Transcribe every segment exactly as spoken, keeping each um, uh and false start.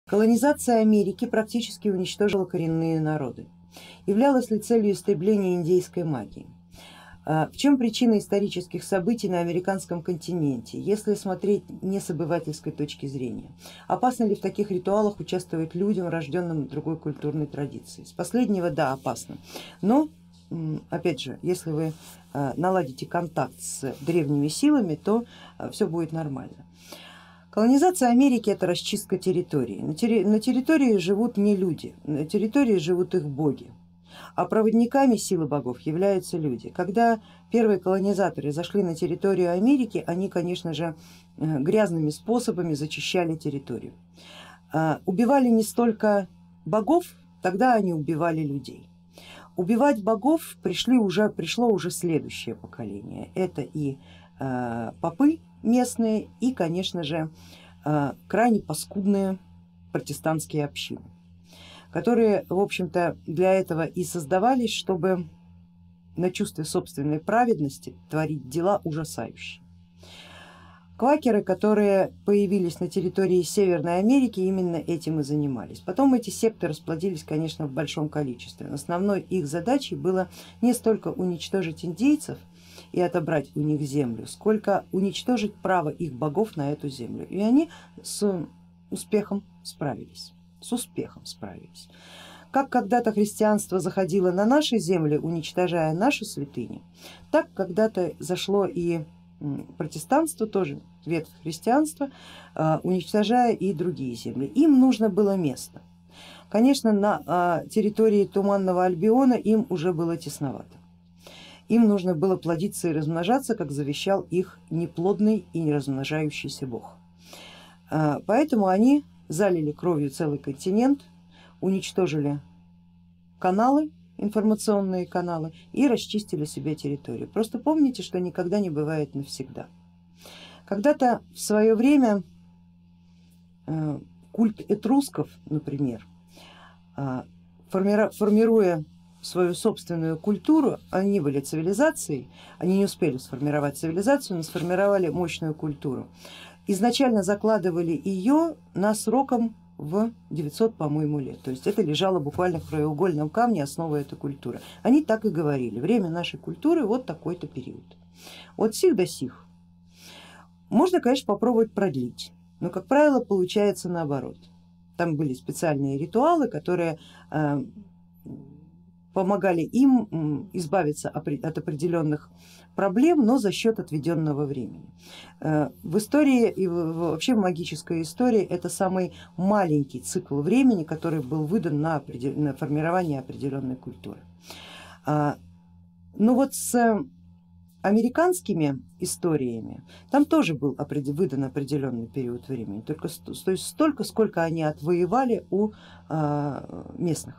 Колонизация Америки практически уничтожила коренные народы. Являлась ли целью истребления индейской магии? В чем причина исторических событий на американском континенте, если смотреть не с обывательской точки зрения? Опасно ли в таких ритуалах участвовать людям, рожденным другой культурной традицией? С последнего, да, опасно, но опять же, если вы наладите контакт с древними силами, то все будет нормально. Колонизация Америки — это расчистка территории. На территории живут не люди, на территории живут их боги, а проводниками силы богов являются люди. Когда первые колонизаторы зашли на территорию Америки, они, конечно же, грязными способами зачищали территорию. Убивали не столько богов, тогда они убивали людей. Убивать богов пришли уже, пришло уже следующее поколение. Это и попы местные и, конечно же, крайне паскудные протестантские общины, которые, в общем-то, для этого и создавались, чтобы на чувстве собственной праведности творить дела ужасающие. Квакеры, которые появились на территории Северной Америки, именно этим и занимались. Потом эти секты расплодились, конечно, в большом количестве. Основной их задачей было не столько уничтожить индейцев и отобрать у них землю, сколько уничтожить право их богов на эту землю. И они с успехом справились, с успехом справились. Как когда-то христианство заходило на наши земли, уничтожая наши святыни, так когда-то зашло и протестанство, тоже ветвь христианства, уничтожая и другие земли. Им нужно было место. Конечно, на территории Туманного Альбиона им уже было тесновато. Им нужно было плодиться и размножаться, как завещал их неплодный и неразмножающийся бог. Поэтому они залили кровью целый континент, уничтожили каналы, информационные каналы и расчистили себе территорию. Просто помните, что никогда не бывает навсегда. Когда-то в свое время культ этрусков, например, формируя свою собственную культуру, они были цивилизацией, они не успели сформировать цивилизацию, но сформировали мощную культуру. Изначально закладывали ее на сроком в девятьсот, по-моему, лет, то есть это лежало буквально в краеугольном камне основа этой культуры. Они так и говорили: время нашей культуры вот такой-то период, от сих до сих. Можно, конечно, попробовать продлить, но, как правило, получается наоборот. Там были специальные ритуалы, которые помогали им избавиться от определенных проблем, но за счет отведенного времени. В истории и вообще в магической истории это самый маленький цикл времени, который был выдан на, на формирование определенной культуры. Но вот с американскими историями там тоже был выдан определенный период времени, только то есть столько, сколько они отвоевали у местных.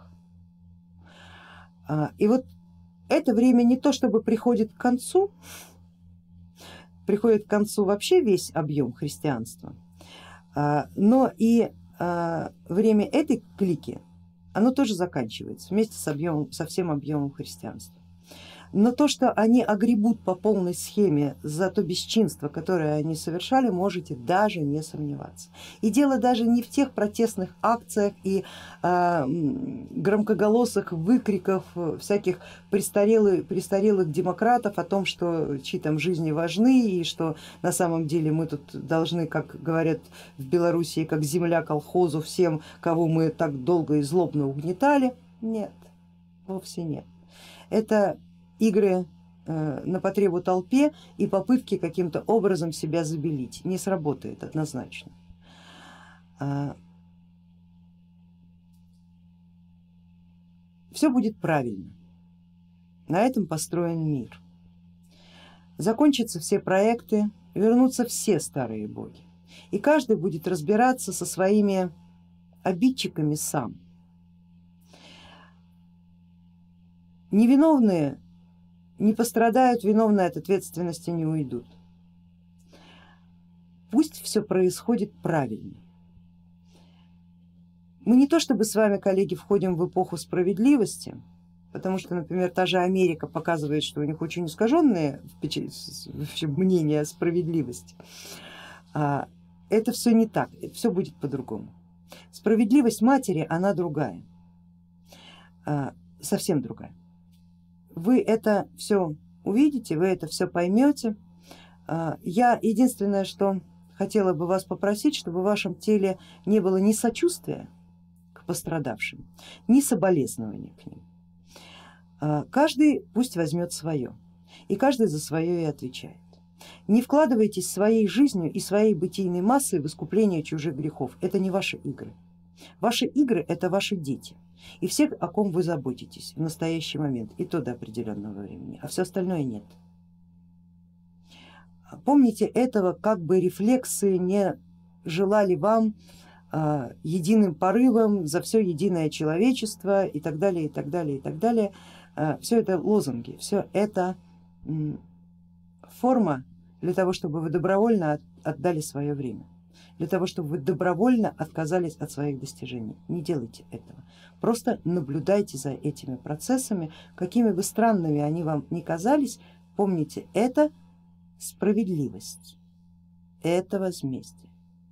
И вот это время не то чтобы приходит к концу, приходит к концу вообще весь объем христианства, но и время этой клики, оно тоже заканчивается вместе с объемом, со всем объемом христианства. Но то, что они огребут по полной схеме за то бесчинство, которое они совершали, можете даже не сомневаться. И дело даже не в тех протестных акциях и э, громкоголосых выкриках всяких престарелых, престарелых демократов о том, что чьи там жизни важны и что на самом деле мы тут должны, как говорят в Белоруссии, как земля колхозу всем, кого мы так долго и злобно угнетали. Нет, вовсе нет. Это игры на потребу толпе и попытки каким-то образом себя забелить. Не сработает однозначно. Все будет правильно, на этом построен мир. Закончатся все проекты, вернутся все старые боги, и каждый будет разбираться со своими обидчиками сам. Невиновные не пострадают, виновные от ответственности не уйдут. Пусть все происходит правильно. Мы не то чтобы с вами, коллеги, входим в эпоху справедливости, потому что, например, та же Америка показывает, что у них очень искаженные мнения о справедливости. Это все не так, все будет по-другому. Справедливость матери, она другая, совсем другая. Вы это все увидите, вы это все поймете. Я единственное, что хотела бы вас попросить, чтобы в вашем теле не было ни сочувствия к пострадавшим, ни соболезнования к ним. Каждый пусть возьмет свое, и каждый за свое и отвечает. Не вкладывайтесь своей жизнью и своей бытийной массой в искупление чужих грехов, это не ваши игры. Ваши игры это ваши дети и все, о ком вы заботитесь в настоящий момент, и то до определенного времени, а все остальное нет. Помните этого, как бы рефлексы не желали вам э, единым порывом за все единое человечество и так далее, и так далее, и так далее. Э, все это лозунги, все это э, форма для того, чтобы вы добровольно от, отдали свое время, для того, чтобы вы добровольно отказались от своих достижений. Не делайте этого, просто наблюдайте за этими процессами, какими бы странными они вам ни казались. Помните, это справедливость, это возмездие.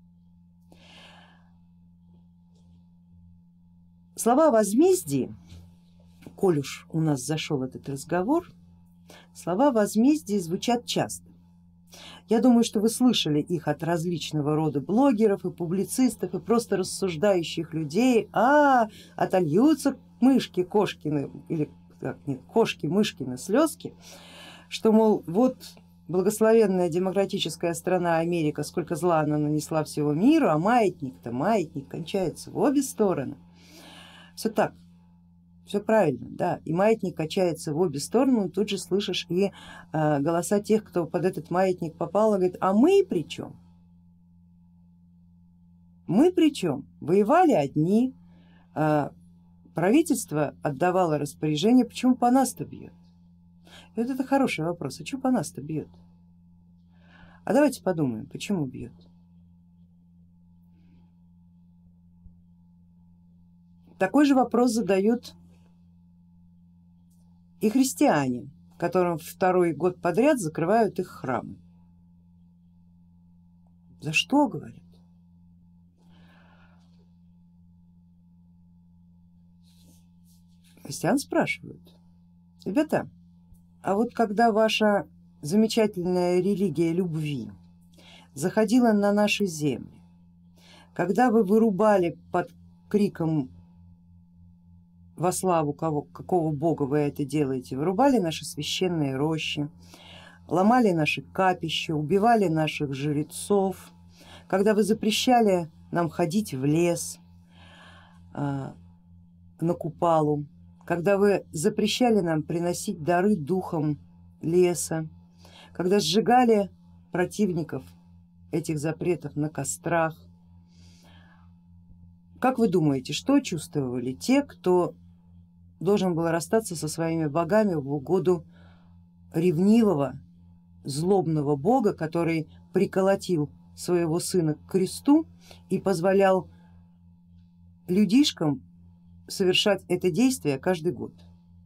Слова о возмездии, коль уж у нас зашел этот разговор, слова возмездия звучат часто. Я думаю, что вы слышали их от различного рода блогеров и публицистов и просто рассуждающих людей. А, отольются мышки Кошкины или как, нет, кошки Мышкины слезки, что мол вот благословенная демократическая страна Америка, сколько зла она нанесла всего миру, а маятник-то, маятник кончается в обе стороны. Все так, все правильно, да, и маятник качается в обе стороны, тут же слышишь и э, голоса тех, кто под этот маятник попал, и говорит, а мы при чем? Мы при чем? Воевали одни, э, правительство отдавало распоряжение, почему по нас-то бьет? И вот это хороший вопрос, а что по нас-то бьет? А давайте подумаем, почему бьет? Такой же вопрос задают и христиане, которым второй год подряд закрывают их храмы. За что, говорят? Христиан спрашивают, ребята, а вот когда ваша замечательная религия любви заходила на наши земли, когда вы вырубали под криком во славу кого, какого бога вы это делаете, вырубали наши священные рощи, ломали наши капища, убивали наших жрецов, когда вы запрещали нам ходить в лес э, на Купалу, когда вы запрещали нам приносить дары духам леса, когда сжигали противников этих запретов на кострах. Как вы думаете, что чувствовали те, кто должен был расстаться со своими богами в угоду ревнивого, злобного бога, который приколотил своего сына к кресту и позволял людишкам совершать это действие каждый год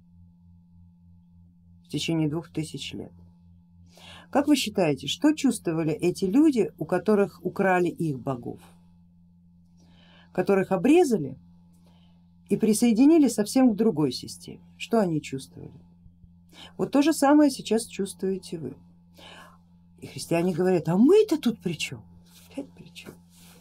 в течение двух тысяч лет? Как вы считаете, что чувствовали эти люди, у которых украли их богов, которых обрезали и присоединили совсем к другой системе? Что они чувствовали? Вот то же самое сейчас чувствуете вы. И христиане говорят, а мы-то тут при чем? Опять при чем?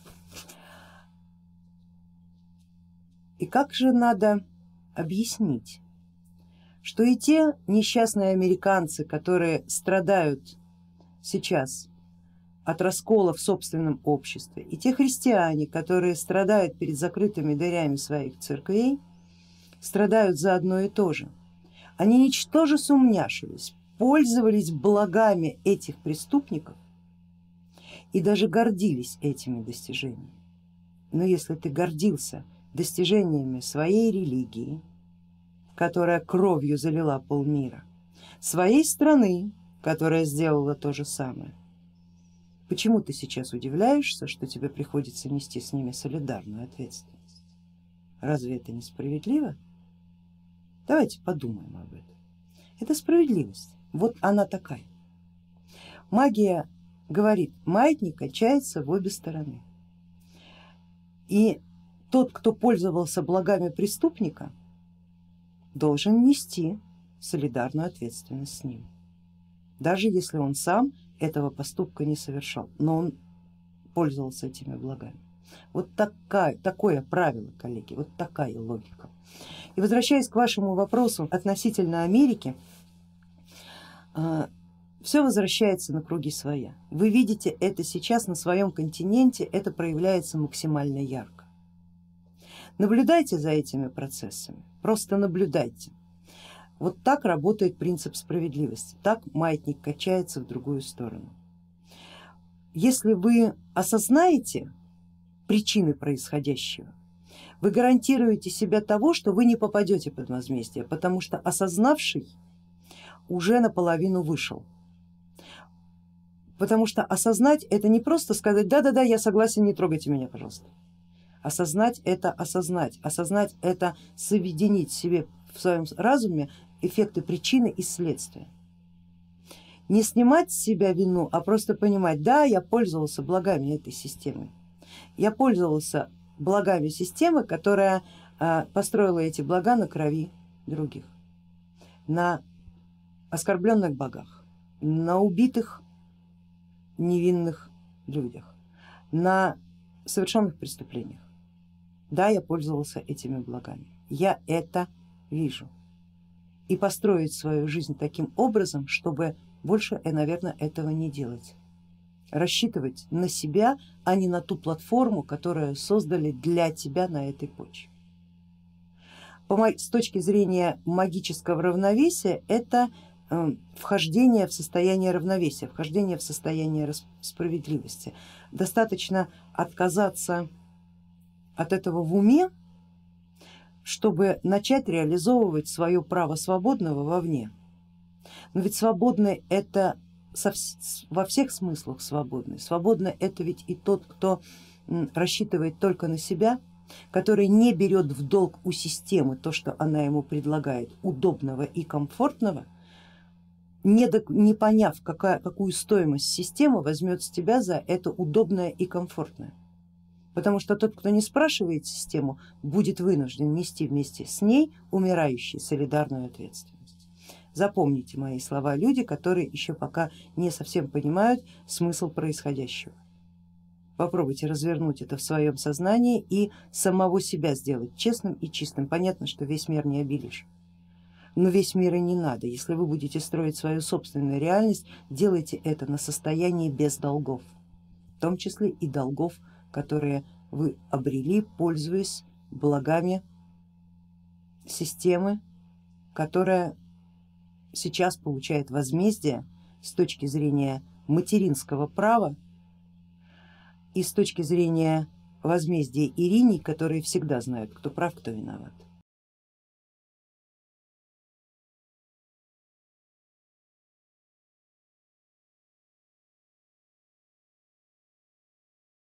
И как же надо объяснить, что и те несчастные американцы, которые страдают сейчас от раскола в собственном обществе, и те христиане, которые страдают перед закрытыми дверями своих церквей, страдают за одно и то же. Они ничтоже сумняшились, пользовались благами этих преступников и даже гордились этими достижениями. Но если ты гордился достижениями своей религии, которая кровью залила полмира, своей страны, которая сделала то же самое, почему ты сейчас удивляешься, что тебе приходится нести с ними солидарную ответственность? Разве это не справедливо? Давайте подумаем об этом. Это справедливость, вот она такая. Магия говорит, маятник качается в обе стороны. И тот, кто пользовался благами преступника, должен нести солидарную ответственность с ним, даже если он сам этого поступка не совершал, но он пользовался этими благами. Вот такая, такое правило, коллеги, вот такая логика. И возвращаясь к вашему вопросу относительно Америки, все возвращается на круги своя. Вы видите это сейчас на своем континенте, это проявляется максимально ярко. Наблюдайте за этими процессами, просто наблюдайте. Вот так работает принцип справедливости, так маятник качается в другую сторону. Если вы осознаете причины происходящего, вы гарантируете себя того, что вы не попадете под возмездие, потому что осознавший уже наполовину вышел. Потому что осознать это не просто сказать да-да-да, я согласен, не трогайте меня, пожалуйста. Осознать это осознать, осознать это соединить в себе в своем разуме эффекты причины и следствия. Не снимать с себя вину, а просто понимать, да, я пользовался благами этой системы. Я пользовался благами системы, которая построила эти блага на крови других, на оскорбленных богах, на убитых невинных людях, на совершенных преступлениях. Да, я пользовался этими благами, я это вижу. И построить свою жизнь таким образом, чтобы больше, наверное, этого не делать. Рассчитывать на себя, а не на ту платформу, которую создали для тебя на этой почве. С точки зрения магического равновесия это вхождение в состояние равновесия, вхождение в состояние справедливости. Достаточно отказаться от этого в уме, чтобы начать реализовывать свое право свободного вовне. Но ведь свободный это во всех смыслах свободный. Свободный это ведь и тот, кто рассчитывает только на себя, который не берет в долг у системы то, что она ему предлагает, удобного и комфортного, не, до, не поняв, какая, какую стоимость система возьмет с тебя за это удобное и комфортное. Потому что тот, кто не спрашивает систему, будет вынужден нести вместе с ней умирающий солидарную ответственность. Запомните мои слова, люди, которые еще пока не совсем понимают смысл происходящего. Попробуйте развернуть это в своем сознании и самого себя сделать честным и чистым. Понятно, что весь мир не обелишь, но весь мир и не надо. Если вы будете строить свою собственную реальность, делайте это на состоянии без долгов, в том числе и долгов, которые вы обрели, пользуясь благами системы, которая сейчас получает возмездие с точки зрения материнского права и с точки зрения возмездия Ириней, которые всегда знают, кто прав, кто виноват.